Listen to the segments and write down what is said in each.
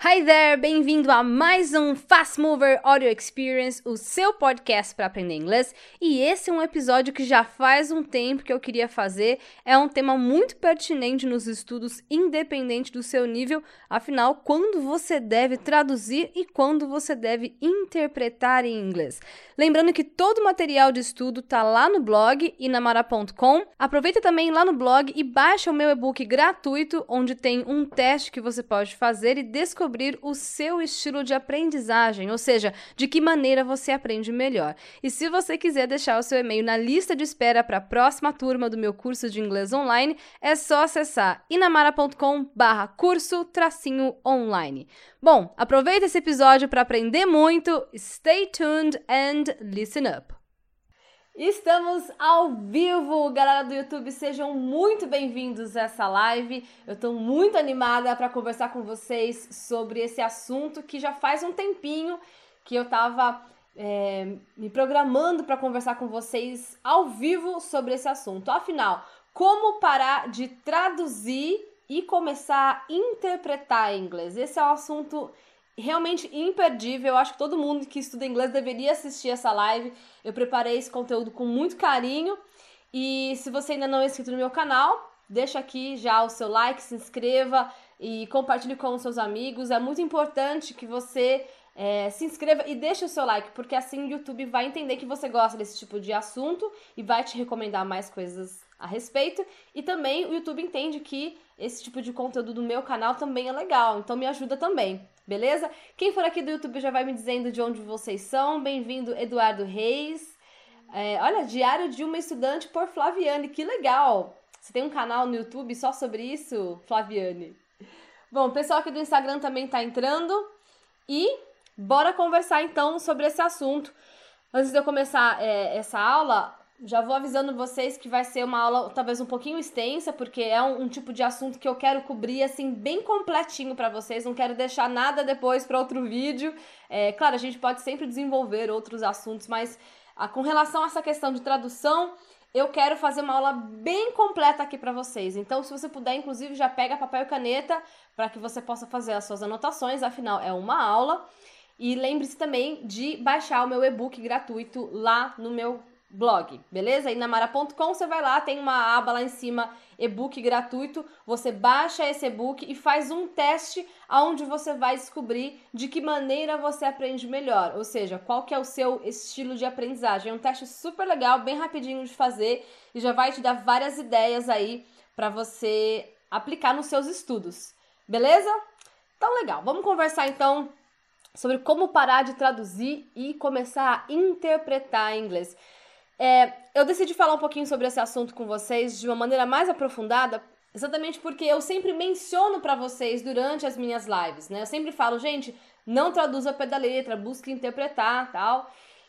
Hi there! Bem-vindo a mais um Fast Mover Audio Experience, o seu podcast para aprender inglês. E esse é um episódio que já faz um tempo que eu queria fazer. É um tema muito pertinente nos estudos, independente do seu nível. Afinal, quando você deve traduzir e quando você deve interpretar em inglês. Lembrando que todo o material de estudo está lá no blog inamara.com. Aproveita também lá no blog e baixa o meu e-book gratuito, onde tem um teste que você pode fazer e descobrir o seu estilo de aprendizagem, ou seja, de que maneira você aprende melhor. E se você quiser deixar o seu e-mail na lista de espera para a próxima turma do meu curso de inglês online, é só acessar inamara.com/curso-online. Bom, aproveita esse episódio para aprender muito, stay tuned and listen up! Estamos ao vivo, galera do YouTube, sejam muito bem-vindos a essa live. Eu estou muito animada para conversar com vocês sobre esse assunto que já faz um tempinho que eu estava me programando para conversar com vocês ao vivo sobre esse assunto. Afinal, como parar de traduzir e começar a interpretar em inglês? Esse é um assunto realmente imperdível. Eu acho que todo mundo que estuda inglês deveria assistir essa live. Eu preparei esse conteúdo com muito carinho. E se você ainda não é inscrito no meu canal, deixa aqui já o seu like, se inscreva e compartilhe com os seus amigos. É muito importante que você se inscreva e deixe o seu like, porque assim o YouTube vai entender que você gosta desse tipo de assunto e vai te recomendar mais coisas a respeito. E também o YouTube entende que esse tipo de conteúdo do meu canal também é legal, então me ajuda também, beleza? Quem for aqui do YouTube já vai me dizendo de onde vocês são. Bem-vindo, Eduardo Reis. Olha, Diário de uma Estudante por Flaviane, que legal! Você tem um canal no YouTube só sobre isso, Flaviane? Bom, o pessoal aqui do Instagram também tá entrando e bora conversar então sobre esse assunto. Antes de eu começar essa aula, já vou avisando vocês que vai ser uma aula talvez um pouquinho extensa, porque é um tipo de assunto que eu quero cobrir assim bem completinho para vocês, não quero deixar nada depois para outro vídeo. Claro, a gente pode sempre desenvolver outros assuntos, mas com relação a essa questão de tradução, eu quero fazer uma aula bem completa aqui para vocês. Então, se você puder, inclusive, já pega papel e caneta para que você possa fazer as suas anotações, afinal é uma aula. E lembre-se também de baixar o meu e-book gratuito lá no meu blog, beleza? Inamara.com, você vai lá, tem uma aba lá em cima, e-book gratuito, você baixa esse e-book e faz um teste onde você vai descobrir de que maneira você aprende melhor, ou seja, qual que é o seu estilo de aprendizagem. É um teste super legal, bem rapidinho de fazer e já vai te dar várias ideias aí para você aplicar nos seus estudos, beleza? Então, legal, vamos conversar então sobre como parar de traduzir e começar a interpretar em inglês. Eu decidi falar um pouquinho sobre esse assunto com vocês de uma maneira mais aprofundada, exatamente porque eu sempre menciono para vocês durante as minhas lives, né? Eu sempre falo, gente, não traduza ao pé da letra, busque interpretar, tal.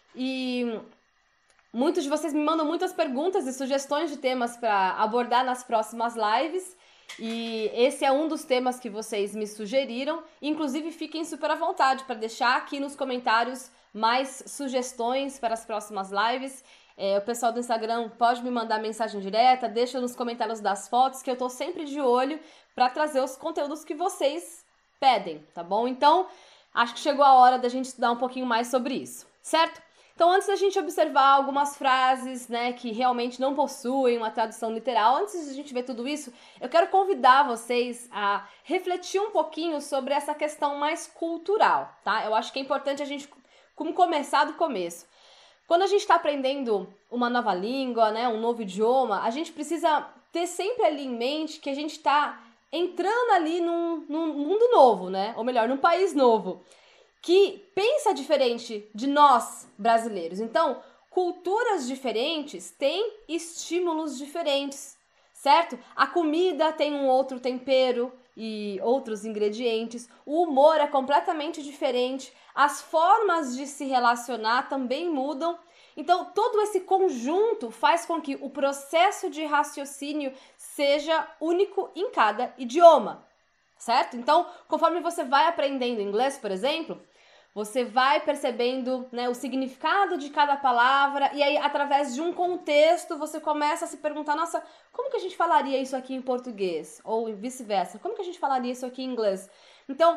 E muitos de vocês me mandam muitas perguntas e sugestões de temas para abordar nas próximas lives. E esse é um dos temas que vocês me sugeriram. Inclusive, fiquem super à vontade para deixar aqui nos comentários mais sugestões para as próximas lives. O pessoal do Instagram pode me mandar mensagem direta, deixa nos comentários das fotos, que eu tô sempre de olho para trazer os conteúdos que vocês pedem, tá bom? Então, acho que chegou a hora da gente estudar um pouquinho mais sobre isso, certo? Então, antes da gente observar algumas frases, né, que realmente não possuem uma tradução literal, antes de a gente ver tudo isso, eu quero convidar vocês a refletir um pouquinho sobre essa questão mais cultural, tá? Eu acho que é importante a gente começar do começo. Quando a gente está aprendendo uma nova língua, né, um novo idioma, a gente precisa ter sempre ali em mente que a gente está entrando ali num mundo novo, né? Ou melhor, num país novo, que pensa diferente de nós, brasileiros. Então, culturas diferentes têm estímulos diferentes, certo? A comida tem um outro tempero e outros ingredientes, o humor é completamente diferente, as formas de se relacionar também mudam. Então, todo esse conjunto faz com que o processo de raciocínio seja único em cada idioma, certo? Então, conforme você vai aprendendo inglês, por exemplo, você vai percebendo, né, o significado de cada palavra e aí, através de um contexto, você começa a se perguntar, nossa, como que a gente falaria isso aqui em português? Ou vice-versa, como que a gente falaria isso aqui em inglês? Então,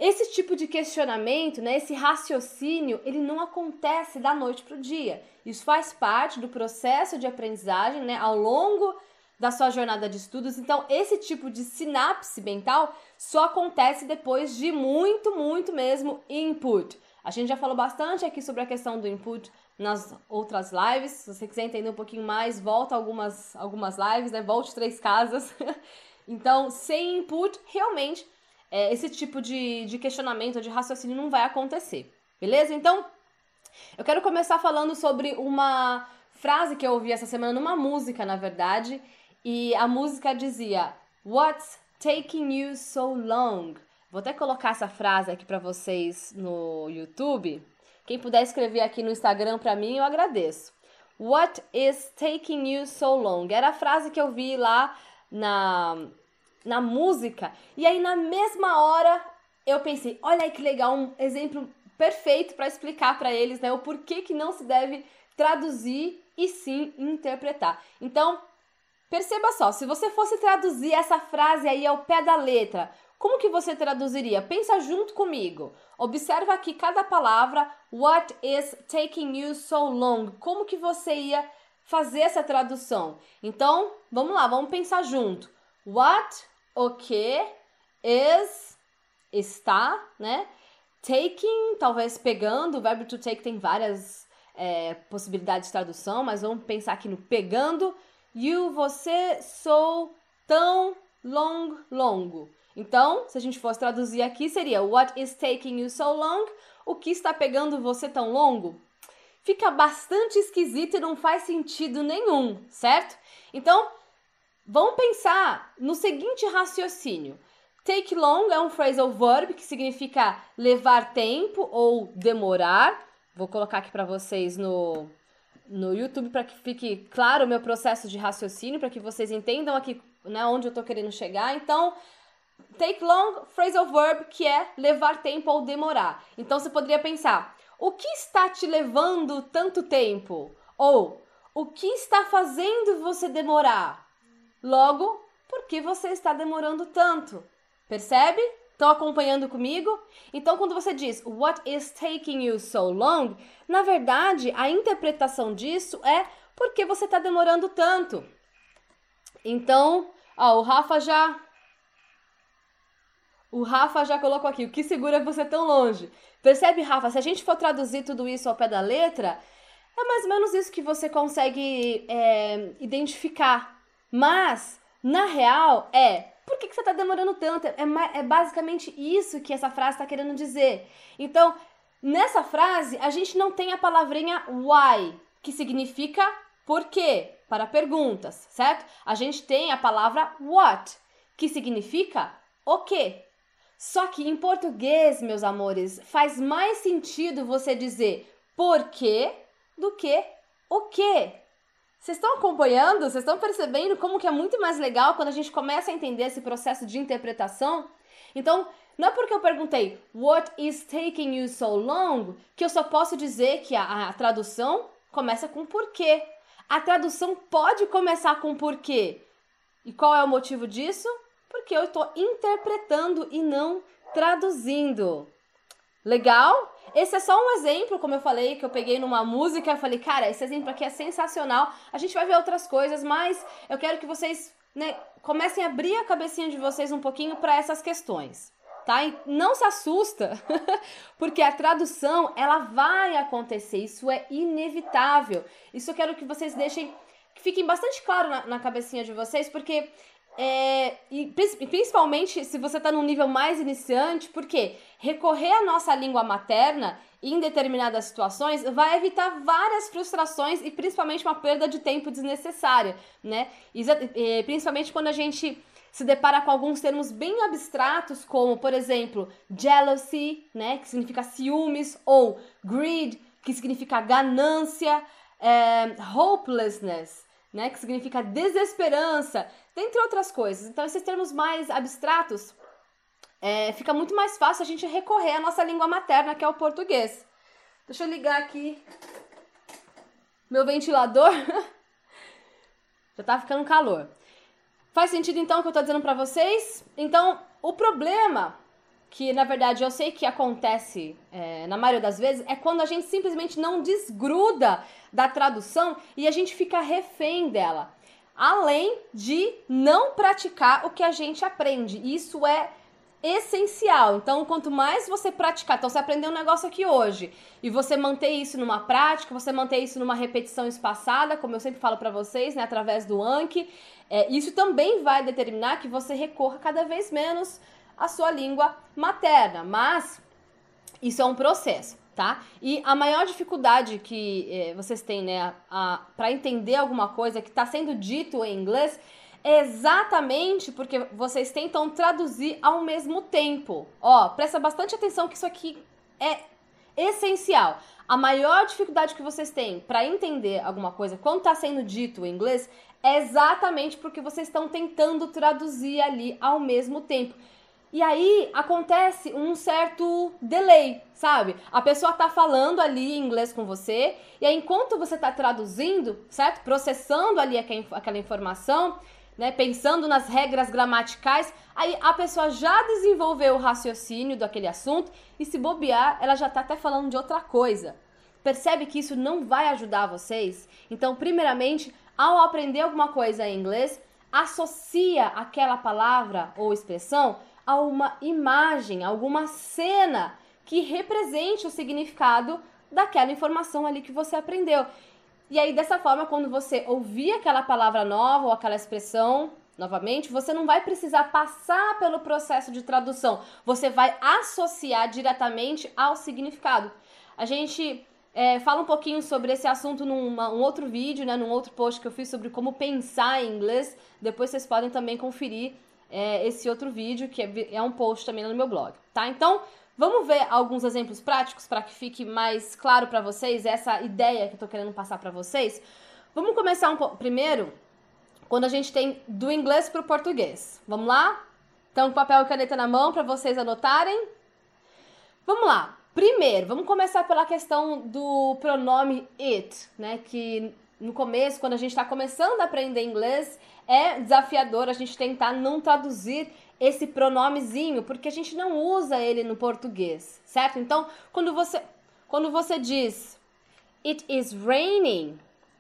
esse tipo de questionamento, né, esse raciocínio, ele não acontece da noite para o dia. Isso faz parte do processo de aprendizagem, né, ao longo da sua jornada de estudos. Então, esse tipo de sinapse mental só acontece depois de muito mesmo input. A gente já falou bastante aqui sobre a questão do input nas outras lives. Se você quiser entender um pouquinho mais, volta algumas lives, né? Volte 3 casas. Então, sem input, realmente, esse tipo de questionamento, de raciocínio não vai acontecer. Beleza? Então, eu quero começar falando sobre uma frase que eu ouvi essa semana numa música, na verdade. E a música dizia: What's taking you so long? Vou até colocar essa frase aqui para vocês no YouTube. Quem puder escrever aqui no Instagram para mim, eu agradeço. What is taking you so long? Era a frase que eu vi lá na música. E aí, na mesma hora, eu pensei, olha aí que legal, um exemplo perfeito para explicar para eles, né, o porquê que não se deve traduzir e sim interpretar. Então, perceba só, se você fosse traduzir essa frase aí ao pé da letra, como que você traduziria? Pensa junto comigo. Observa aqui cada palavra. What is taking you so long? Como que você ia fazer essa tradução? Então, vamos lá, vamos pensar junto. What, o que, is, está, né? Taking, talvez pegando. O verbo to take tem várias possibilidades de tradução, mas vamos pensar aqui no pegando. You, você, so, tão, long, longo. Então, se a gente fosse traduzir aqui, seria What is taking you so long? O que está pegando você tão longo? Fica bastante esquisito e não faz sentido nenhum, certo? Então, vamos pensar no seguinte raciocínio. Take long é um phrasal verb que significa levar tempo ou demorar. Vou colocar aqui para vocês no YouTube para que fique claro o meu processo de raciocínio, para que vocês entendam aqui, né, onde eu estou querendo chegar. Então, take long, phrasal verb, que é levar tempo ou demorar. Então, você poderia pensar, o que está te levando tanto tempo? Ou, o que está fazendo você demorar? Logo, por que você está demorando tanto? Percebe? Estão acompanhando comigo? Então, quando você diz What is taking you so long? Na verdade, a interpretação disso é por que você está demorando tanto. Então, o Rafa já colocou aqui, o que segura você tão longe? Percebe, Rafa? Se a gente for traduzir tudo isso ao pé da letra, é mais ou menos isso que você consegue identificar. Mas, na real, por que você está demorando tanto? É basicamente isso que essa frase está querendo dizer. Então, nessa frase, a gente não tem a palavrinha why, que significa por quê, para perguntas, certo? A gente tem a palavra what, que significa o quê. Só que em português, meus amores, faz mais sentido você dizer por quê do que o quê. Vocês estão acompanhando? Vocês estão percebendo como que é muito mais legal quando a gente começa a entender esse processo de interpretação? Então, não é porque eu perguntei What is taking you so long que eu só posso dizer que a tradução começa com porquê. A tradução pode começar com porquê. E qual é o motivo disso? Porque eu estou interpretando e não traduzindo. Legal? Esse é só um exemplo, como eu falei, que eu peguei numa música. Eu falei, cara, esse exemplo aqui é sensacional. A gente vai ver outras coisas, mas eu quero que vocês, né, comecem a abrir a cabecinha de vocês um pouquinho para essas questões, tá? E não se assusta, porque a tradução, ela vai acontecer. Isso é inevitável. Isso eu quero que vocês deixem, que fiquem bastante claro na cabecinha de vocês, porque... e principalmente se você está num nível mais iniciante, porque recorrer à nossa língua materna em determinadas situações vai evitar várias frustrações e principalmente uma perda de tempo desnecessária, né? Principalmente quando a gente se depara com alguns termos bem abstratos, como, por exemplo, jealousy, né, que significa ciúmes, ou greed, que significa ganância, hopelessness, né, que significa desesperança, dentre outras coisas. Então, esses termos mais abstratos, fica muito mais fácil a gente recorrer à nossa língua materna, que é o português. Deixa eu ligar aqui meu ventilador. Já tá ficando calor. Faz sentido, então, o que eu tô dizendo pra vocês? Então, o problema que na verdade eu sei que acontece na maioria das vezes, é quando a gente simplesmente não desgruda da tradução e a gente fica refém dela. Além de não praticar o que a gente aprende. Isso é essencial. Então, quanto mais você praticar, então você aprendeu um negócio aqui hoje e você manter isso numa prática, você manter isso numa repetição espaçada, como eu sempre falo para vocês, né, através do Anki, isso também vai determinar que você recorra cada vez menos à sua língua materna, mas isso é um processo, tá? E a maior dificuldade que vocês têm, né, para entender alguma coisa que está sendo dito em inglês é exatamente porque vocês tentam traduzir ao mesmo tempo. Ó, presta bastante atenção que isso aqui é essencial. A maior dificuldade que vocês têm para entender alguma coisa quando está sendo dito em inglês é exatamente porque vocês estão tentando traduzir ali ao mesmo tempo. E aí acontece um certo delay, sabe? A pessoa tá falando ali em inglês com você, e aí enquanto você tá traduzindo, certo? Processando ali aquela informação, né? Pensando nas regras gramaticais, aí a pessoa já desenvolveu o raciocínio daquele assunto, e se bobear, ela já tá até falando de outra coisa. Percebe que isso não vai ajudar vocês? Então, primeiramente, ao aprender alguma coisa em inglês, associa aquela palavra ou expressão a uma imagem, alguma cena que represente o significado daquela informação ali que você aprendeu. E aí, dessa forma, quando você ouvir aquela palavra nova ou aquela expressão, novamente, você não vai precisar passar pelo processo de tradução. Você vai associar diretamente ao significado. A gente fala um pouquinho sobre esse assunto num outro vídeo, né, num outro post que eu fiz sobre como pensar em inglês. Depois vocês podem também conferir esse outro vídeo, que é um post também no meu blog, tá? Então, vamos ver alguns exemplos práticos para que fique mais claro para vocês essa ideia que eu tô querendo passar para vocês. Vamos começar primeiro quando a gente tem do inglês para o português. Vamos lá? Então, papel e caneta na mão para vocês anotarem. Vamos lá. Primeiro, vamos começar pela questão do pronome it, né? Que no começo, quando a gente está começando a aprender inglês, é desafiador a gente tentar não traduzir esse pronomezinho, porque a gente não usa ele no português, certo? Então, quando você diz it is raining,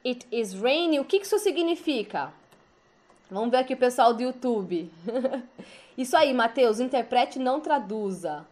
o que isso significa? Vamos ver aqui o pessoal do YouTube. Isso aí, Matheus, interprete, não traduza.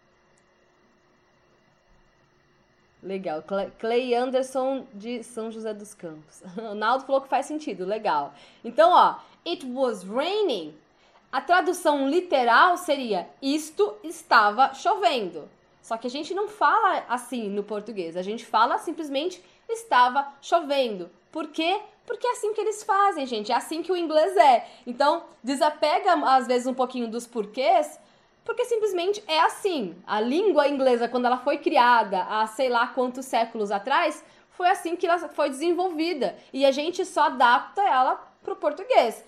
Legal. Clay Anderson de São José dos Campos. O Naldo falou que faz sentido. Legal. Então, ó, it was raining. A tradução literal seria isto estava chovendo. Só que a gente não fala assim no português. A gente fala simplesmente estava chovendo. Por quê? Porque é assim que eles fazem, gente. É assim que o inglês é. Então, desapega às vezes um pouquinho dos porquês, porque simplesmente é assim. A língua inglesa, quando ela foi criada há sei lá quantos séculos atrás, foi assim que ela foi desenvolvida. E a gente só adapta ela pro português.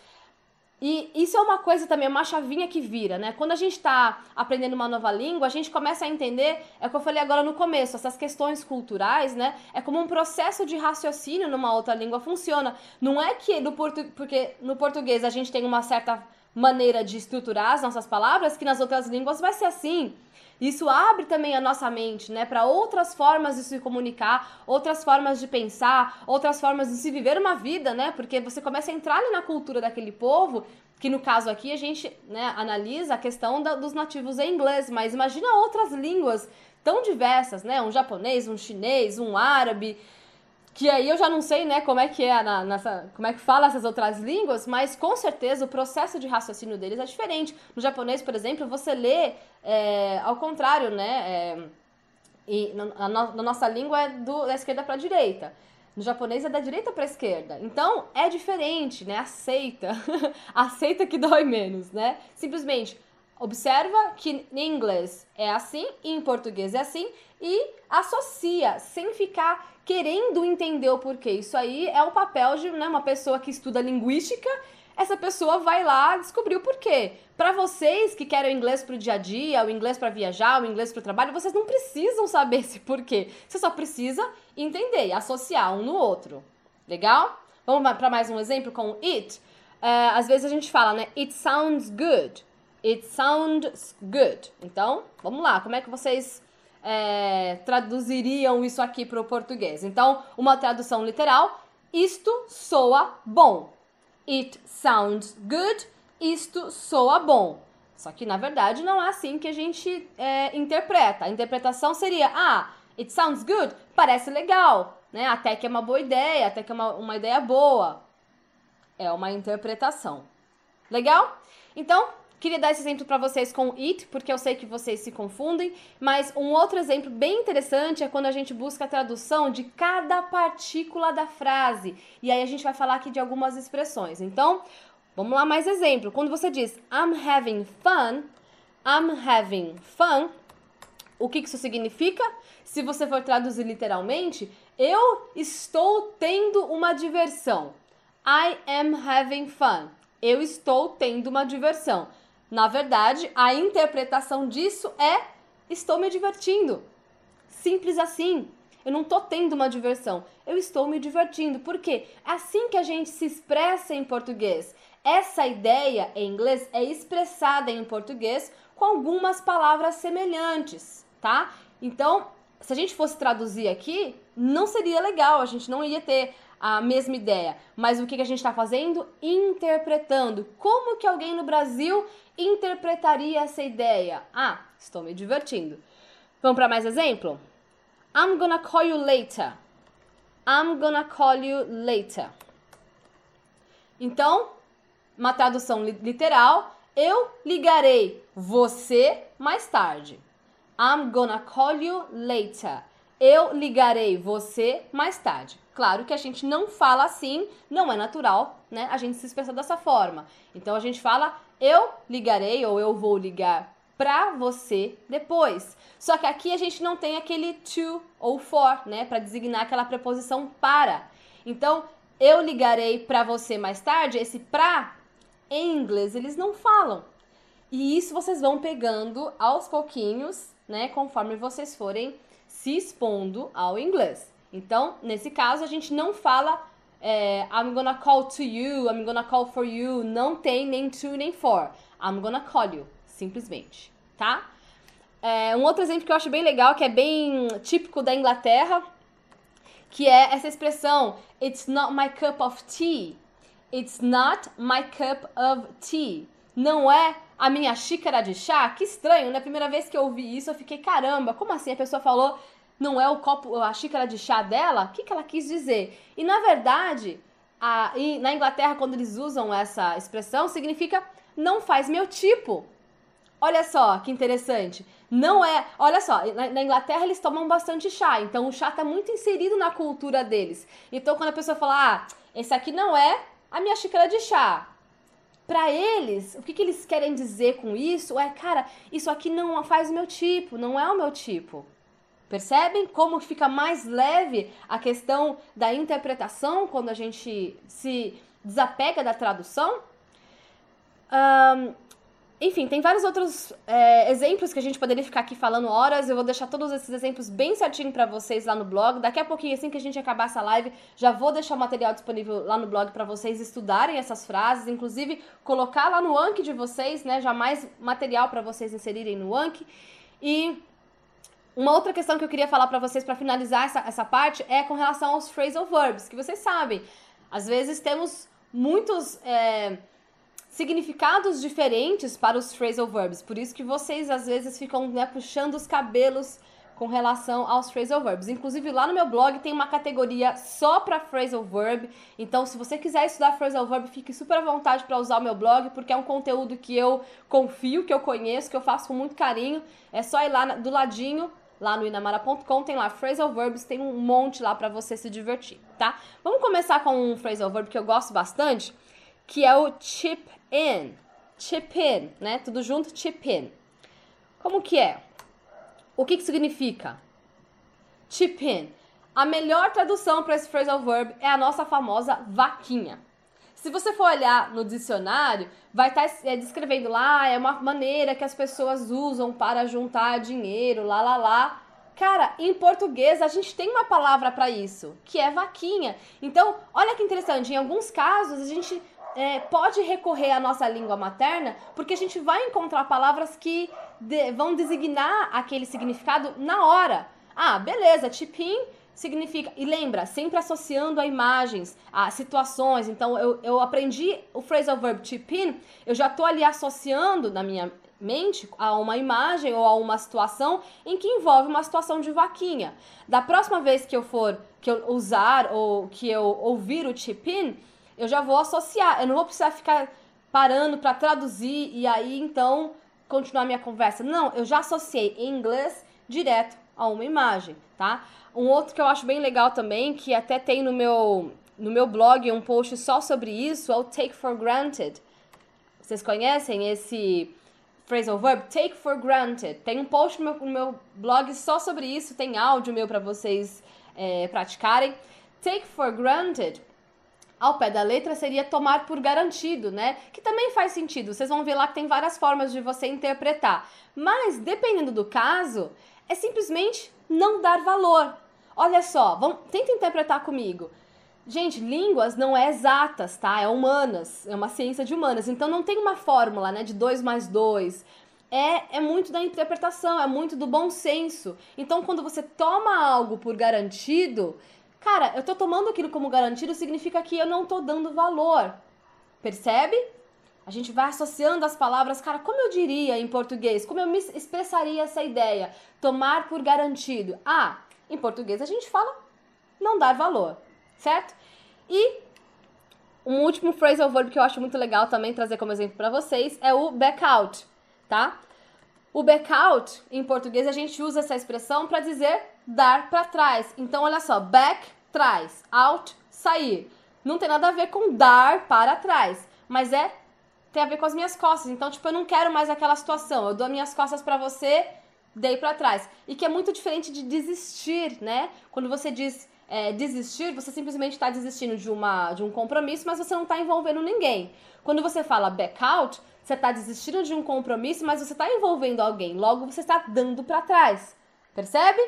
E isso é uma coisa também, uma chavinha que vira, né? Quando a gente está aprendendo uma nova língua, a gente começa a entender, é o que eu falei agora no começo, essas questões culturais, né? É como um processo de raciocínio numa outra língua funciona. Não é que porque no português a gente tem uma certa maneira de estruturar as nossas palavras, que nas outras línguas vai ser assim. Isso abre também a nossa mente, né, para outras formas de se comunicar, outras formas de pensar, outras formas de se viver uma vida, né, porque você começa a entrar ali na cultura daquele povo, que no caso aqui a gente, né, analisa a questão dos nativos em inglês, mas imagina outras línguas tão diversas, né, um japonês, um chinês, um árabe, que aí eu já não sei, né, como é que como é que fala essas outras línguas, mas com certeza o processo de raciocínio deles é diferente. No japonês, por exemplo, você lê ao contrário, né, e na nossa língua é da esquerda para a direita. No japonês é da direita para a esquerda. Então, é diferente, né, aceita. Aceita que dói menos, né? Simplesmente observa que em inglês é assim, e em português é assim, e associa, sem ficar querendo entender o porquê. Isso aí é o papel de, né, uma pessoa que estuda linguística. Essa pessoa vai lá descobrir o porquê. Para vocês que querem o inglês pro dia a dia, o inglês para viajar, o inglês pro trabalho, vocês não precisam saber esse porquê. Você só precisa entender, associar um no outro. Legal? Vamos para mais um exemplo com it. Às vezes a gente fala, né? It sounds good. It sounds good. Então, vamos lá. Como é que vocês traduziriam isso aqui para o português? Então, uma tradução literal. Isto soa bom. It sounds good. Isto soa bom. Só que, na verdade, não é assim que a gente interpreta. A interpretação seria, it sounds good, parece legal, né? Até que é uma boa ideia, até que é uma ideia boa. É uma interpretação. Legal? Então, queria dar esse exemplo para vocês com it, porque eu sei que vocês se confundem, mas um outro exemplo bem interessante é quando a gente busca a tradução de cada partícula da frase. E aí a gente vai falar aqui de algumas expressões. Então, vamos lá, mais exemplo. Quando você diz I'm having fun, o que isso significa? Se você for traduzir literalmente, eu estou tendo uma diversão. I am having fun. Eu estou tendo uma diversão. Na verdade, a interpretação disso é estou me divertindo. Simples assim. Eu não estou tendo uma diversão. Eu estou me divertindo. Por quê? É assim que a gente se expressa em português. Essa ideia em inglês é expressada em português com algumas palavras semelhantes, tá? Então, se a gente fosse traduzir aqui, não seria legal, a gente não ia ter a mesma ideia. Mas o que a gente está fazendo? Interpretando. Como que alguém no Brasil interpretaria essa ideia? Estou me divertindo. Vamos para mais exemplo? I'm gonna call you later. I'm gonna call you later. Então, uma tradução literal, eu ligarei você mais tarde. I'm gonna call you later. Eu ligarei você mais tarde. Claro que a gente não fala assim, não é natural, né? A gente se expressa dessa forma. Então a gente fala eu ligarei ou eu vou ligar pra você depois. Só que aqui a gente não tem aquele to ou for, né? Pra designar aquela preposição para. Então, eu ligarei pra você mais tarde, esse pra, em inglês eles não falam. E isso vocês vão pegando aos pouquinhos, né? Conforme vocês forem se expondo ao inglês. Então, nesse caso, a gente não fala I'm gonna call to you, I'm gonna call for you. Não tem nem to nem for. I'm gonna call you, simplesmente, tá? Um outro exemplo que eu acho bem legal, que é bem típico da Inglaterra, que é essa expressão It's not my cup of tea. It's not my cup of tea. Não é a minha xícara de chá? Que estranho, né? Primeira vez que eu ouvi isso, eu fiquei, caramba, como assim? A pessoa falou, não é o copo, a xícara de chá dela? O que ela quis dizer? E, na verdade, na Inglaterra, quando eles usam essa expressão, significa não faz meu tipo. Olha só que interessante. Não é... Olha só, na Inglaterra eles tomam bastante chá, então o chá está muito inserido na cultura deles. Então, quando a pessoa fala, esse aqui não é a minha xícara de chá. Para eles, o que eles querem dizer com isso cara, isso aqui não faz o meu tipo, não é o meu tipo. Percebem como fica mais leve a questão da interpretação quando a gente se desapega da tradução? Enfim, tem vários outros exemplos que a gente poderia ficar aqui falando horas. Eu vou deixar todos esses exemplos bem certinho para vocês lá no blog. Daqui a pouquinho, assim que a gente acabar essa live, já vou deixar o material disponível lá no blog para vocês estudarem essas frases, inclusive colocar lá no Anki de vocês, né? Já mais material para vocês inserirem no Anki. E uma outra questão que eu queria falar para vocês para finalizar essa parte é com relação aos phrasal verbs, que vocês sabem, às vezes temos muitos significados diferentes para os phrasal verbs. Por isso que vocês, às vezes, ficam puxando os cabelos com relação aos phrasal verbs. Inclusive, lá no meu blog tem uma categoria só para phrasal verb. Então, se você quiser estudar phrasal verb, fique super à vontade para usar o meu blog, porque é um conteúdo que eu confio, que eu conheço, que eu faço com muito carinho. É só ir lá do ladinho, lá no inamara.com, tem lá phrasal verbs, tem um monte lá para você se divertir, tá? Vamos começar com um phrasal verb que eu gosto bastante, que é o chip in. Chip in, né? Tudo junto, chip in. Como que é? O que significa? Chip in. A melhor tradução para esse phrasal verb é a nossa famosa vaquinha. Se você for olhar no dicionário, vai estar descrevendo lá, é uma maneira que as pessoas usam para juntar dinheiro, lá. Cara, em português a gente tem uma palavra para isso, que é vaquinha. Então, olha que interessante, em alguns casos a gente pode recorrer à nossa língua materna, porque a gente vai encontrar palavras que vão designar aquele significado na hora. Ah, beleza, chip in significa... E lembra, sempre associando a imagens, a situações. Então, eu aprendi o phrasal verb chip in, eu já tô ali associando na minha mente a uma imagem ou a uma situação em que envolve uma situação de vaquinha. Da próxima vez que eu usar ou que eu ouvir o chip in, eu já vou associar. Eu não vou precisar ficar parando para traduzir e aí então continuar minha conversa. Não, eu já associei em inglês direto a uma imagem, tá? Um outro que eu acho bem legal também, que até tem no meu blog um post só sobre isso, é o take for granted. Vocês conhecem esse phrasal verb? Take for granted. Tem um post no meu blog só sobre isso, tem áudio meu para vocês praticarem. Take for granted, ao pé da letra, seria tomar por garantido, né? Que também faz sentido. Vocês vão ver lá que tem várias formas de você interpretar. Mas, dependendo do caso, é simplesmente não dar valor. Olha só, tenta interpretar comigo. Gente, línguas não é exatas, tá? É humanas, é uma ciência de humanas. Então não tem uma fórmula, né, de 2 mais 2. É muito da interpretação, é muito do bom senso. Então quando você toma algo por garantido, cara, eu tô tomando aquilo como garantido, significa que eu não tô dando valor. Percebe? A gente vai associando as palavras, cara, como eu diria em português? Como eu me expressaria essa ideia? Tomar por garantido. Ah, em português a gente fala não dar valor, certo? E um último phrasal verb que eu acho muito legal também trazer como exemplo para vocês é o back out, tá? O back out, em português, a gente usa essa expressão para dizer dar para trás. Então, olha só, back, trás, out, sair. Não tem nada a ver com dar para trás, mas tem a ver com as minhas costas. Então, tipo, eu não quero mais aquela situação. Eu dou minhas costas para você, dei para trás. E que é muito diferente de desistir, né? Quando você diz desistir, você simplesmente está desistindo de um compromisso, mas você não está envolvendo ninguém. Quando você fala back out, você está desistindo de um compromisso, mas você está envolvendo alguém. Logo, você está dando para trás. Percebe?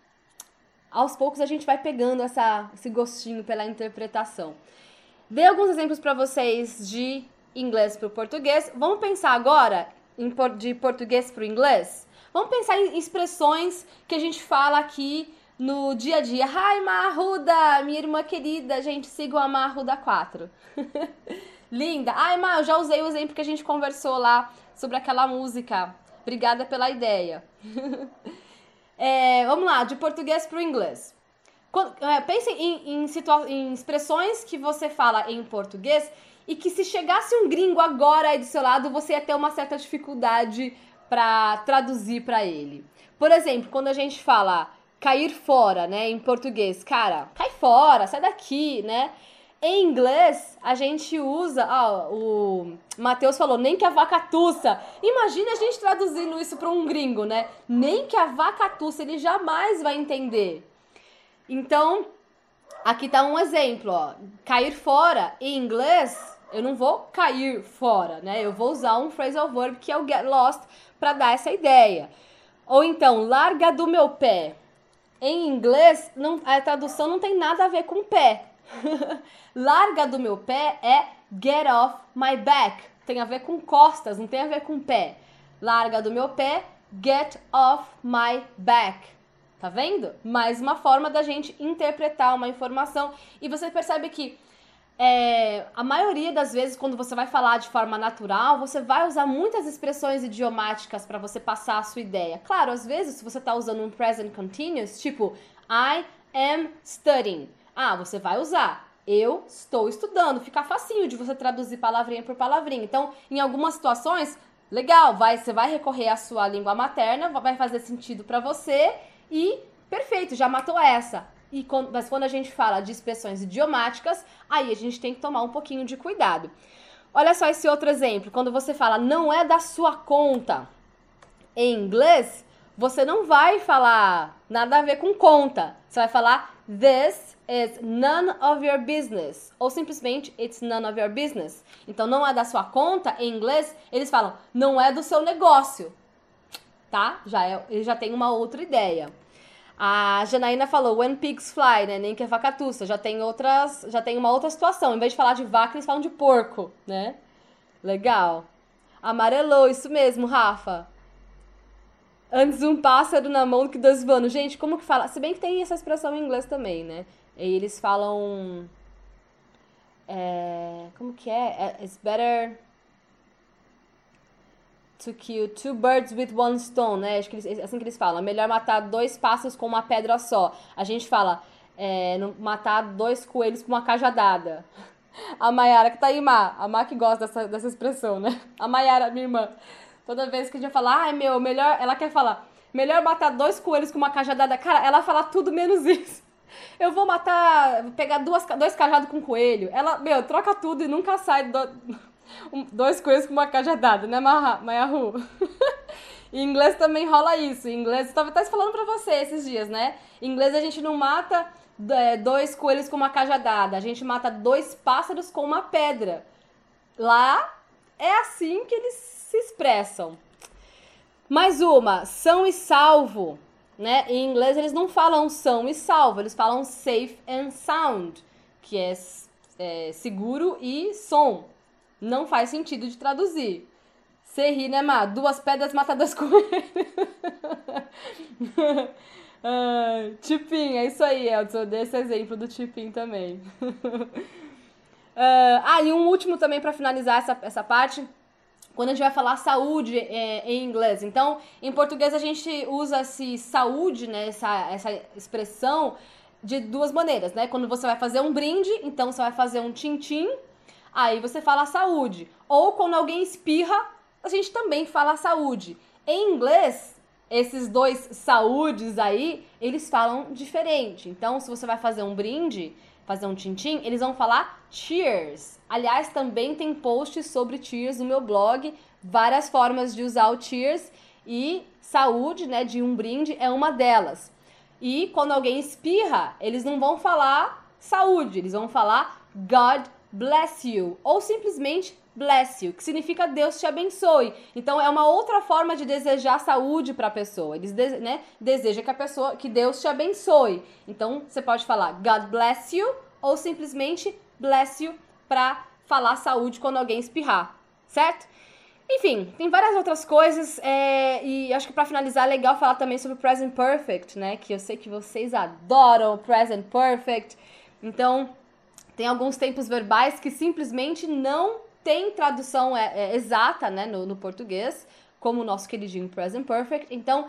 Aos poucos a gente vai pegando esse gostinho pela interpretação. Dei alguns exemplos para vocês de inglês para o português. Vamos pensar agora de português para o inglês? Vamos pensar em expressões que a gente fala aqui no dia a dia. Hi, Marruda, minha irmã querida. Gente, sigam a Marruda 4. Linda. Ai, Mar, eu já usei o exemplo que a gente conversou lá sobre aquela música. Obrigada pela ideia. Vamos lá, de português para o inglês. Pense em expressões que você fala em português e que se chegasse um gringo agora aí do seu lado, você ia ter uma certa dificuldade para traduzir para ele. Por exemplo, quando a gente fala cair fora, né, em português, cara, cai fora, sai daqui, né? Em inglês, a gente usa, o Matheus falou, nem que a vaca tussa. Imagina a gente traduzindo isso para um gringo, né? Nem que a vaca tussa, ele jamais vai entender. Então, aqui tá um exemplo, ó. Cair fora, em inglês, eu não vou cair fora, né? Eu vou usar um phrasal verb que é o get lost para dar essa ideia. Ou então, larga do meu pé. Em inglês, a tradução não tem nada a ver com pé. Larga do meu pé é get off my back. Tem a ver com costas, não tem a ver com pé. Larga do meu pé, get off my back. Tá vendo? Mais uma forma da gente interpretar uma informação. E você percebe que a maioria das vezes, quando você vai falar de forma natural, você vai usar muitas expressões idiomáticas para você passar a sua ideia. Claro, às vezes, se você está usando um present continuous, tipo I am studying. Você vai usar eu estou estudando. Fica facinho de você traduzir palavrinha por palavrinha. Então, em algumas situações, legal, você vai recorrer à sua língua materna, vai fazer sentido para você e perfeito, já matou essa. Mas quando a gente fala de expressões idiomáticas, aí a gente tem que tomar um pouquinho de cuidado. Olha só esse outro exemplo. Quando você fala não é da sua conta, em inglês, você não vai falar nada a ver com conta. Você vai falar this is none of your business. Ou simplesmente it's none of your business. Então não é da sua conta, em inglês, eles falam não é do seu negócio. Tá? Ele já tem uma outra ideia. A Janaína falou, when pigs fly, né? Nem que é vacatuça. Já tem uma outra situação. Em vez de falar de vaca, eles falam de porco, né? Legal. Amarelou, isso mesmo, Rafa. Antes um pássaro na mão do que dois voando. Gente, como que fala? Se bem que tem essa expressão em inglês também, né? E eles falam... como que é? It's better to kill two birds with one stone, né? Acho que assim que eles falam. É melhor matar dois pássaros com uma pedra só. A gente fala, matar dois coelhos com uma cajadada. A Mayara que tá aí, a Má que gosta dessa expressão, né? A Mayara, minha irmã, toda vez que a gente vai falar, melhor, ela quer falar, melhor matar dois coelhos com uma cajadada. Cara, ela fala tudo menos isso. Eu vou pegar dois cajados com coelho. Ela, troca tudo e nunca sai dois coelhos com uma cajadada, né, Mayahu? Em inglês também rola isso. Em inglês, eu tava até falando pra você esses dias, né? Em inglês a gente não mata dois coelhos com uma cajadada. A gente mata dois pássaros com uma pedra. Lá é assim que eles se expressam. Mais uma, são e salvo, né? Em inglês eles não falam são e salvo, eles falam safe and sound, que é seguro e som. Não faz sentido de traduzir. Você ri, né, Má? Duas pedras mata dois coelhos. Tipim, é isso aí, Elton. Eu dei esse exemplo do tipim também. E um último também para finalizar essa parte. Quando a gente vai falar saúde em inglês. Então, em português a gente usa esse saúde, né, essa expressão de duas maneiras, né? Quando você vai fazer um brinde, então você vai fazer um tchim-tchim, aí você fala saúde. Ou quando alguém espirra, a gente também fala saúde. Em inglês, esses dois saúdes aí, eles falam diferente. Então, se você vai fazer um brinde, fazer um tchim-tchim, eles vão falar cheers. Aliás, também tem posts sobre cheers no meu blog, várias formas de usar o cheers, e saúde, né, de um brinde é uma delas. E quando alguém espirra, eles não vão falar saúde, eles vão falar God bless you, ou simplesmente bless you, que significa Deus te abençoe. Então é uma outra forma de desejar saúde para a pessoa. Eles desejam que Deus te abençoe. Então você pode falar God bless you ou simplesmente bless you para falar saúde quando alguém espirrar, certo? Enfim, tem várias outras coisas e acho que para finalizar é legal falar também sobre o present perfect, né? Que eu sei que vocês adoram o present perfect. Então tem alguns tempos verbais que simplesmente não tem tradução exata, né, no português, como o nosso queridinho present perfect. Então,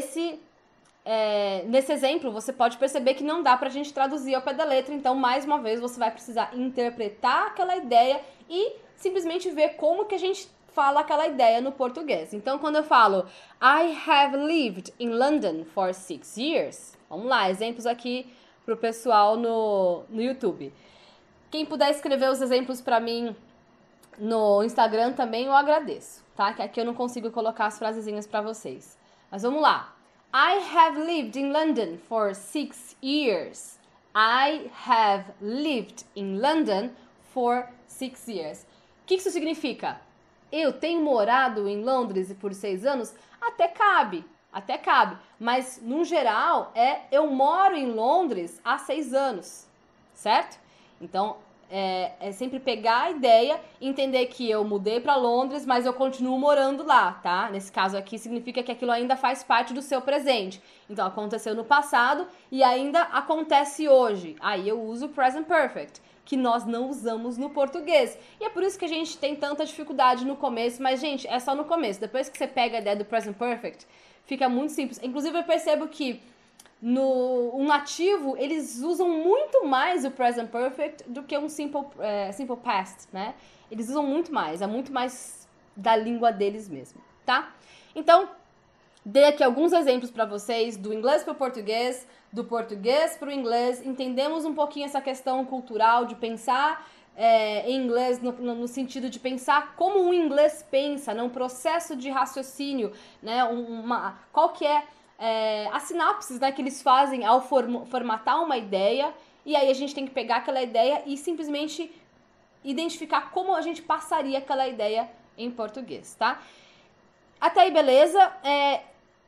nesse exemplo, você pode perceber que não dá pra gente traduzir ao pé da letra. Então, mais uma vez, você vai precisar interpretar aquela ideia e simplesmente ver como que a gente fala aquela ideia no português. Então, quando eu falo I have lived in London for 6 years. Vamos lá, exemplos aqui pro pessoal no YouTube. Quem puder escrever os exemplos pra mim no Instagram também, eu agradeço, tá? Que aqui eu não consigo colocar as frasezinhas pra vocês. Mas vamos lá. I have lived in London for 6 years. I have lived in London for 6 years. O que isso significa? Eu tenho morado em Londres por 6 anos? Até cabe. Mas, no geral, eu moro em Londres há 6 anos, certo? Então, é sempre pegar a ideia e entender que eu mudei para Londres, mas eu continuo morando lá, tá? Nesse caso aqui, significa que aquilo ainda faz parte do seu presente. Então, aconteceu no passado e ainda acontece hoje. Aí eu uso o present perfect, que nós não usamos no português. E é por isso que a gente tem tanta dificuldade no começo, mas, gente, é só no começo. Depois que você pega a ideia do present perfect, fica muito simples. Inclusive, eu percebo que no nativo, eles usam muito mais o present perfect do que um simple past, né? Eles usam muito mais, é muito mais da língua deles mesmo, tá? Então, dei aqui alguns exemplos para vocês do inglês para o português, do português para o inglês. Entendemos um pouquinho essa questão cultural de pensar em inglês no sentido de pensar como um inglês pensa, num processo de raciocínio, né? Qual que é as sinapses, né, que eles fazem ao formatar uma ideia, e aí a gente tem que pegar aquela ideia e simplesmente identificar como a gente passaria aquela ideia em português, tá? Até aí, beleza?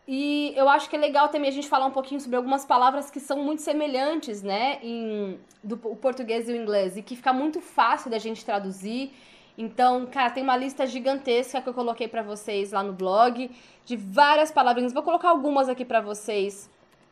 E eu acho que é legal também a gente falar um pouquinho sobre algumas palavras que são muito semelhantes, né, o português e o inglês, e que fica muito fácil da gente traduzir. Então, cara, tem uma lista gigantesca que eu coloquei pra vocês lá no blog, de várias palavrinhas. Vou colocar algumas aqui pra vocês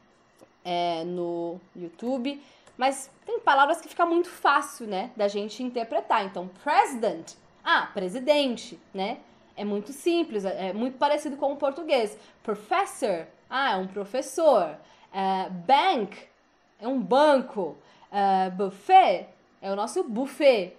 no YouTube, mas tem palavras que fica muito fácil, né, da gente interpretar. Então, president, presidente, né? É muito simples, é muito parecido com o português. Professor, é um professor. Bank, é um banco. Buffet, é o nosso buffet.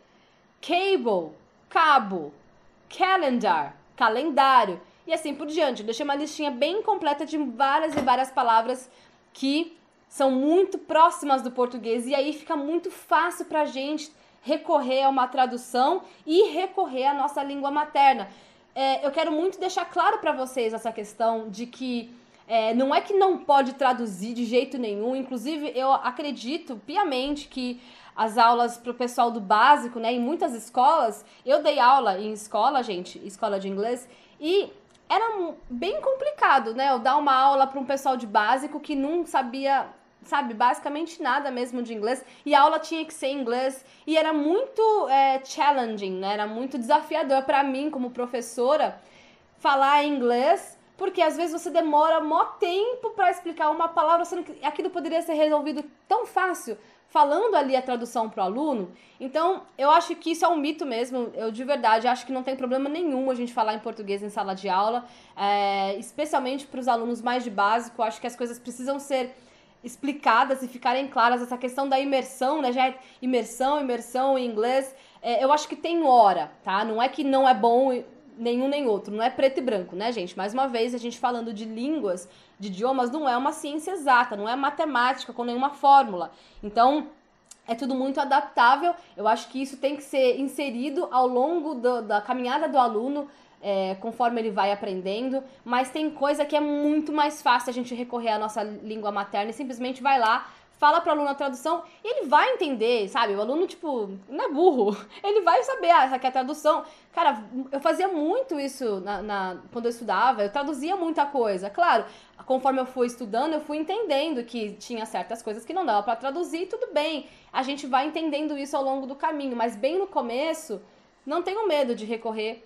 Cable, cabo. Calendar, calendário. E assim por diante. Eu deixei uma listinha bem completa de várias e várias palavras que são muito próximas do português. E aí fica muito fácil pra gente recorrer a uma tradução e recorrer à nossa língua materna. Eu quero muito deixar claro para vocês essa questão de que não é que não pode traduzir de jeito nenhum. Inclusive, eu acredito piamente que as aulas para o pessoal do básico, né, em muitas escolas, eu dei aula em escola, gente, escola de inglês, e era bem complicado, né, eu dar uma aula para um pessoal de básico que não sabia, sabe, basicamente nada mesmo de inglês, e a aula tinha que ser em inglês, e era muito challenging, né, era muito desafiador para mim como professora falar inglês, porque às vezes você demora mó tempo para explicar uma palavra, sendo que aquilo poderia ser resolvido tão fácil, falando ali a tradução pro aluno. Então, eu acho que isso é um mito mesmo. Eu, de verdade, acho que não tem problema nenhum a gente falar em português em sala de aula, especialmente para os alunos mais de básico. Eu acho que as coisas precisam ser explicadas e ficarem claras. Essa questão da imersão, né? Já é imersão em inglês. Eu acho que tem hora, tá? Não é que não é bom nenhum nem outro, não é preto e branco, né, gente? Mais uma vez, a gente falando de línguas, de idiomas, não é uma ciência exata, não é matemática com nenhuma fórmula. Então, é tudo muito adaptável. Eu acho que isso tem que ser inserido ao longo da caminhada do aluno, conforme ele vai aprendendo, mas tem coisa que é muito mais fácil a gente recorrer à nossa língua materna e simplesmente vai lá, fala pro aluno a tradução e ele vai entender, sabe? O aluno, tipo, não é burro. Ele vai saber, essa aqui é a tradução. Cara, eu fazia muito isso quando eu estudava, eu traduzia muita coisa. Claro, conforme eu fui estudando, eu fui entendendo que tinha certas coisas que não dava pra traduzir, tudo bem. A gente vai entendendo isso ao longo do caminho, mas bem no começo, não tenho medo de recorrer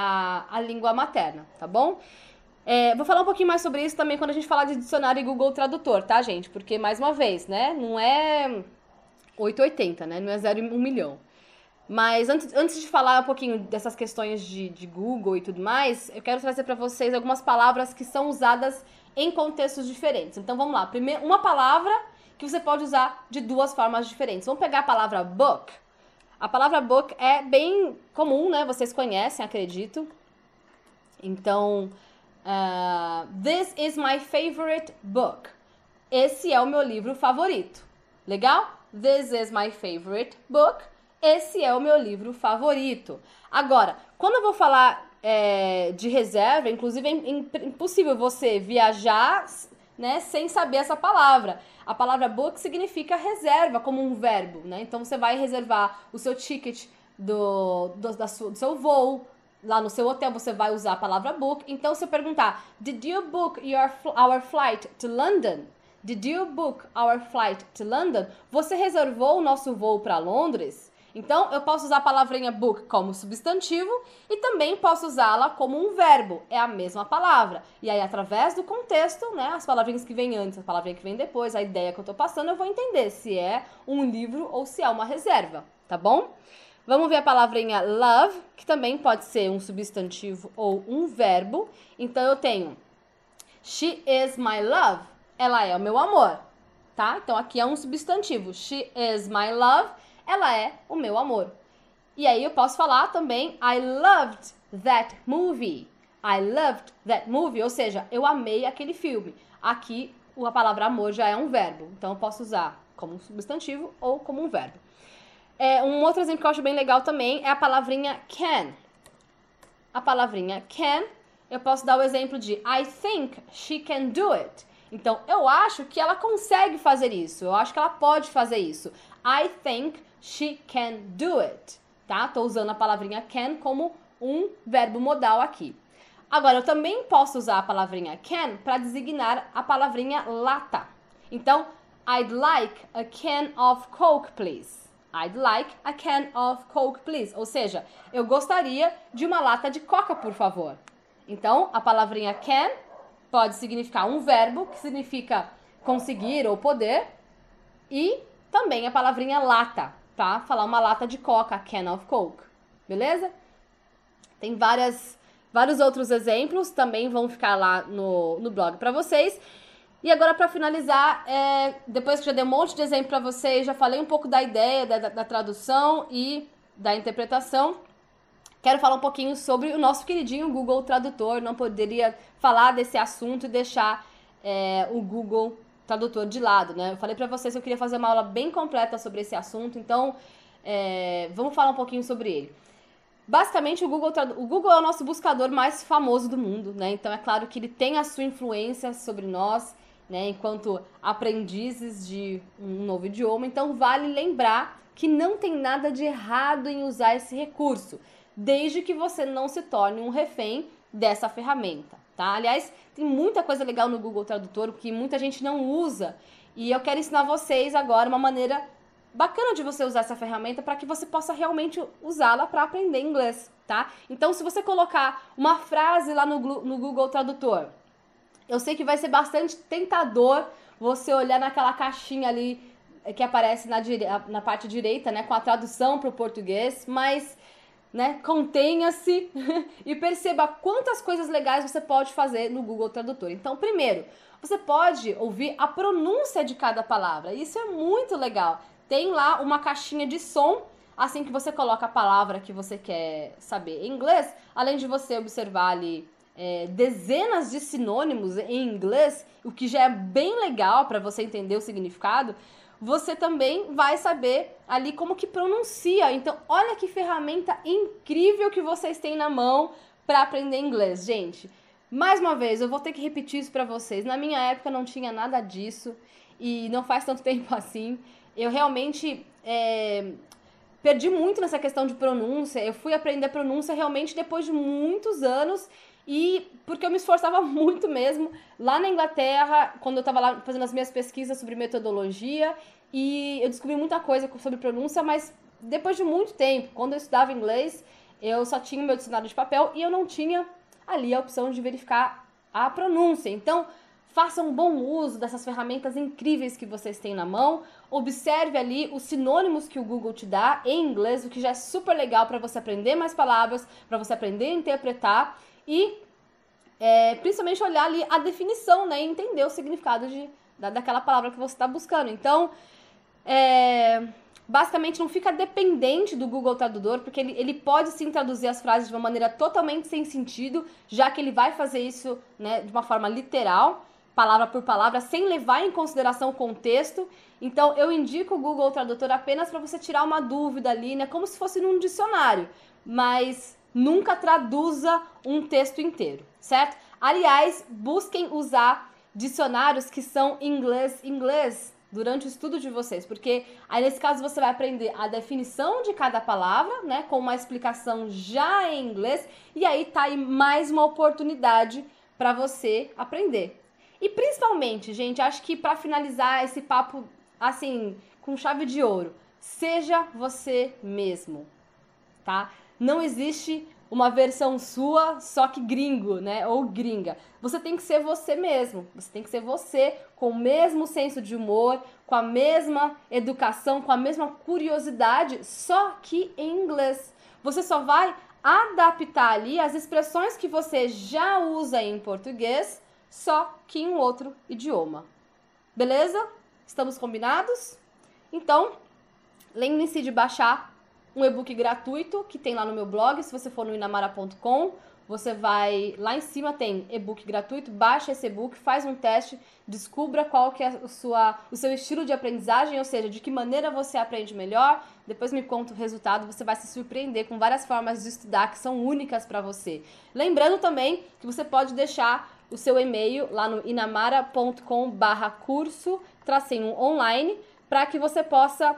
à língua materna, tá bom? Vou falar um pouquinho mais sobre isso também quando a gente falar de dicionário e Google Tradutor, tá, gente? Porque, mais uma vez, né, não é 880, né? Não é 0 e 1 milhão. Mas antes de falar um pouquinho dessas questões de Google e tudo mais, eu quero trazer para vocês algumas palavras que são usadas em contextos diferentes. Então, vamos lá. Primeiro, uma palavra que você pode usar de duas formas diferentes. Vamos pegar a palavra book. A palavra book é bem comum, né? Vocês conhecem, acredito. Então... this is my favorite book. Esse é o meu livro favorito. Legal? This is my favorite book. Esse é o meu livro favorito. Agora, quando eu vou falar de reserva, inclusive é impossível você viajar, né, sem saber essa palavra. A palavra book significa reserva, como um verbo, né? Então você vai reservar o seu ticket do seu voo. Lá no seu hotel você vai usar a palavra book. Então, se eu perguntar, did you book our flight to London? Did you book our flight to London? Você reservou o nosso voo para Londres? Então, eu posso usar a palavrinha book como substantivo e também posso usá-la como um verbo. É a mesma palavra. E aí, através do contexto, né, as palavrinhas que vêm antes, a palavrinha que vem depois, a ideia que eu tô passando, eu vou entender se é um livro ou se é uma reserva, tá bom? Vamos ver a palavrinha love, que também pode ser um substantivo ou um verbo. Então, eu tenho she is my love. Ela é o meu amor, tá? Então, aqui é um substantivo. She is my love. Ela é o meu amor. E aí, eu posso falar também I loved that movie. I loved that movie. Ou seja, eu amei aquele filme. Aqui, a palavra amor já é um verbo. Então, eu posso usar como um substantivo ou como um verbo. Um outro exemplo que eu acho bem legal também é a palavrinha can. A palavrinha can, eu posso dar o exemplo de I think she can do it. Então, eu acho que ela consegue fazer isso. Eu acho que ela pode fazer isso. I think she can do it. Tá? Tô usando a palavrinha can como um verbo modal aqui. Agora, eu também posso usar a palavrinha can para designar a palavrinha lata. Então, I'd like a can of Coke, please. I'd like a can of Coke, please. Ou seja, eu gostaria de uma lata de Coca, por favor. Então, a palavrinha can pode significar um verbo, que significa conseguir ou poder, e também a palavrinha lata, tá? Falar uma lata de Coca, can of Coke. Beleza? Tem vários outros exemplos, também vão ficar lá no blog para vocês. E agora, para finalizar, depois que já dei um monte de exemplo para vocês, já falei um pouco da ideia da tradução e da interpretação, quero falar um pouquinho sobre o nosso queridinho Google Tradutor. Não poderia falar desse assunto e deixar o Google Tradutor de lado, né? Eu falei para vocês que eu queria fazer uma aula bem completa sobre esse assunto, então vamos falar um pouquinho sobre ele. Basicamente, o Google é o nosso buscador mais famoso do mundo, né? Então, é claro que ele tem a sua influência sobre nós, né? Enquanto aprendizes de um novo idioma. Então, vale lembrar que não tem nada de errado em usar esse recurso, desde que você não se torne um refém dessa ferramenta, tá? Aliás, tem muita coisa legal no Google Tradutor que muita gente não usa. E eu quero ensinar vocês agora uma maneira bacana de você usar essa ferramenta para que você possa realmente usá-la para aprender inglês, tá? Então, se você colocar uma frase lá no Google Tradutor, eu sei que vai ser bastante tentador você olhar naquela caixinha ali que aparece na parte direita, né, com a tradução para o português, mas, né, contenha-se e perceba quantas coisas legais você pode fazer no Google Tradutor. Então, primeiro, você pode ouvir a pronúncia de cada palavra. Isso é muito legal. Tem lá uma caixinha de som, assim que você coloca a palavra que você quer saber em inglês, além de você observar ali dezenas de sinônimos em inglês, o que já é bem legal para você entender o significado, você também vai saber ali como que pronuncia. Então, olha que ferramenta incrível que vocês têm na mão para aprender inglês, gente. Mais uma vez, eu vou ter que repetir isso para vocês. Na minha época não tinha nada disso e não faz tanto tempo assim. Eu realmente perdi muito nessa questão de pronúncia. Eu fui aprender pronúncia realmente depois de muitos anos e porque eu me esforçava muito mesmo lá na Inglaterra, quando eu estava lá fazendo as minhas pesquisas sobre metodologia, e eu descobri muita coisa sobre pronúncia, mas depois de muito tempo, quando eu estudava inglês, eu só tinha o meu dicionário de papel e eu não tinha ali a opção de verificar a pronúncia. Então, faça um bom uso dessas ferramentas incríveis que vocês têm na mão. Observe ali os sinônimos que o Google te dá em inglês, o que já é super legal para você aprender mais palavras, para você aprender a interpretar e principalmente olhar ali a definição, né, e entender o significado daquela palavra que você está buscando. Então, basicamente não fica dependente do Google Tradutor, porque ele pode sim traduzir as frases de uma maneira totalmente sem sentido, já que ele vai fazer isso, né, de uma forma literal, palavra por palavra, sem levar em consideração o contexto. Então, eu indico o Google Tradutor apenas para você tirar uma dúvida ali, né, como se fosse num dicionário, mas nunca traduza um texto inteiro, certo? Aliás, busquem usar dicionários que são inglês durante o estudo de vocês, porque aí nesse caso você vai aprender a definição de cada palavra, né, com uma explicação já em inglês, e aí tá aí mais uma oportunidade para você aprender. E principalmente, gente, acho que para finalizar esse papo assim, com chave de ouro, seja você mesmo, tá? Não existe uma versão sua, só que gringo, né? Ou gringa. Você tem que ser você mesmo. Você tem que ser você com o mesmo senso de humor, com a mesma educação, com a mesma curiosidade, só que em inglês. Você só vai adaptar ali as expressões que você já usa em português, só que em um outro idioma. Beleza? Estamos combinados? Então, lembre-se de baixar um e-book gratuito que tem lá no meu blog. Se você for no inamara.com, você vai... Lá em cima tem e-book gratuito, baixa esse e-book, faz um teste, descubra qual que é o seu estilo de aprendizagem, ou seja, de que maneira você aprende melhor. Depois me conta o resultado, você vai se surpreender com várias formas de estudar que são únicas para você. Lembrando também que você pode deixar o seu e-mail lá no inamara.com/curso-online para que você possa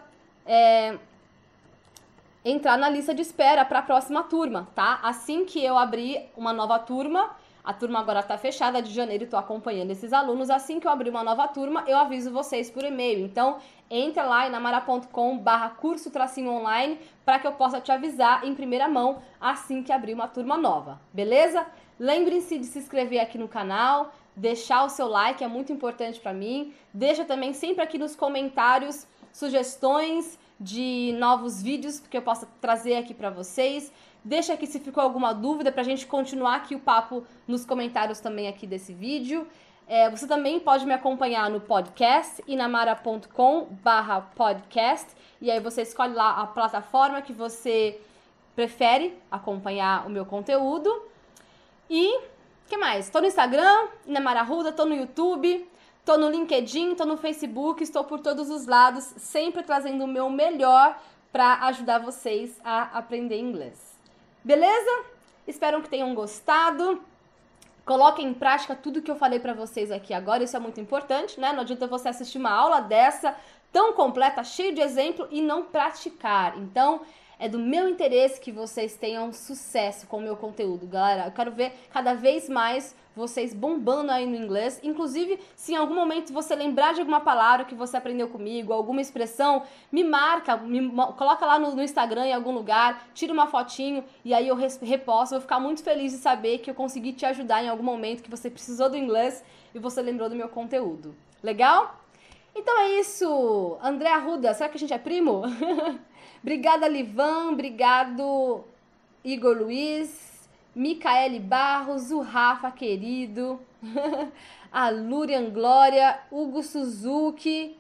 entrar na lista de espera para a próxima turma, tá? Assim que eu abrir uma nova turma, A turma agora tá fechada de janeiro e tô acompanhando esses alunos. Assim que eu abrir uma nova turma, eu aviso vocês por e-mail. Então, entra lá em namara.com/curso-online para que eu possa te avisar em primeira mão assim que abrir uma turma nova, beleza? Lembrem-se de se inscrever aqui no canal, deixar o seu like, é muito importante para mim. Deixa também sempre aqui nos comentários sugestões de novos vídeos que eu possa trazer aqui para vocês. Deixa aqui se ficou alguma dúvida pra gente continuar aqui o papo nos comentários também aqui desse vídeo. Você também pode me acompanhar no podcast, inamara.com/podcast. E aí você escolhe lá a plataforma que você prefere acompanhar o meu conteúdo. E, o que mais? Tô no Instagram, Inamara Arruda, tô no YouTube, tô no LinkedIn, tô no Facebook, estou por todos os lados, sempre trazendo o meu melhor para ajudar vocês a aprender inglês. Beleza? Espero que tenham gostado. Coloquem em prática tudo que eu falei pra vocês aqui agora, isso é muito importante, né? Não adianta você assistir uma aula dessa, tão completa, cheia de exemplo e não praticar. Então, é do meu interesse que vocês tenham sucesso com o meu conteúdo, galera. Eu quero ver cada vez mais vocês bombando aí no inglês. Inclusive, se em algum momento você lembrar de alguma palavra que você aprendeu comigo, alguma expressão, me marca, coloca lá no Instagram em algum lugar, tira uma fotinho e aí eu reposto. Vou ficar muito feliz de saber que eu consegui te ajudar em algum momento que você precisou do inglês e você lembrou do meu conteúdo. Legal? Então é isso. André Arruda, será que a gente é primo? Obrigada, Livan. Obrigado, Igor Luiz. Micaele Barros, o Rafa querido, a Lurian Glória, Hugo Suzuki,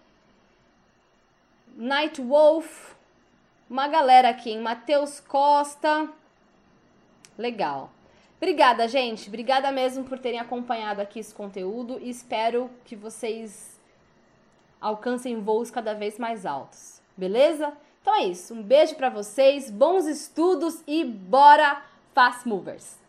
Night Wolf, uma galera aqui, hein? Matheus Costa. Legal. Obrigada, gente. Obrigada mesmo por terem acompanhado aqui esse conteúdo e espero que vocês alcancem voos cada vez mais altos. Beleza? Então é isso. Um beijo pra vocês, bons estudos e bora Fast Movers!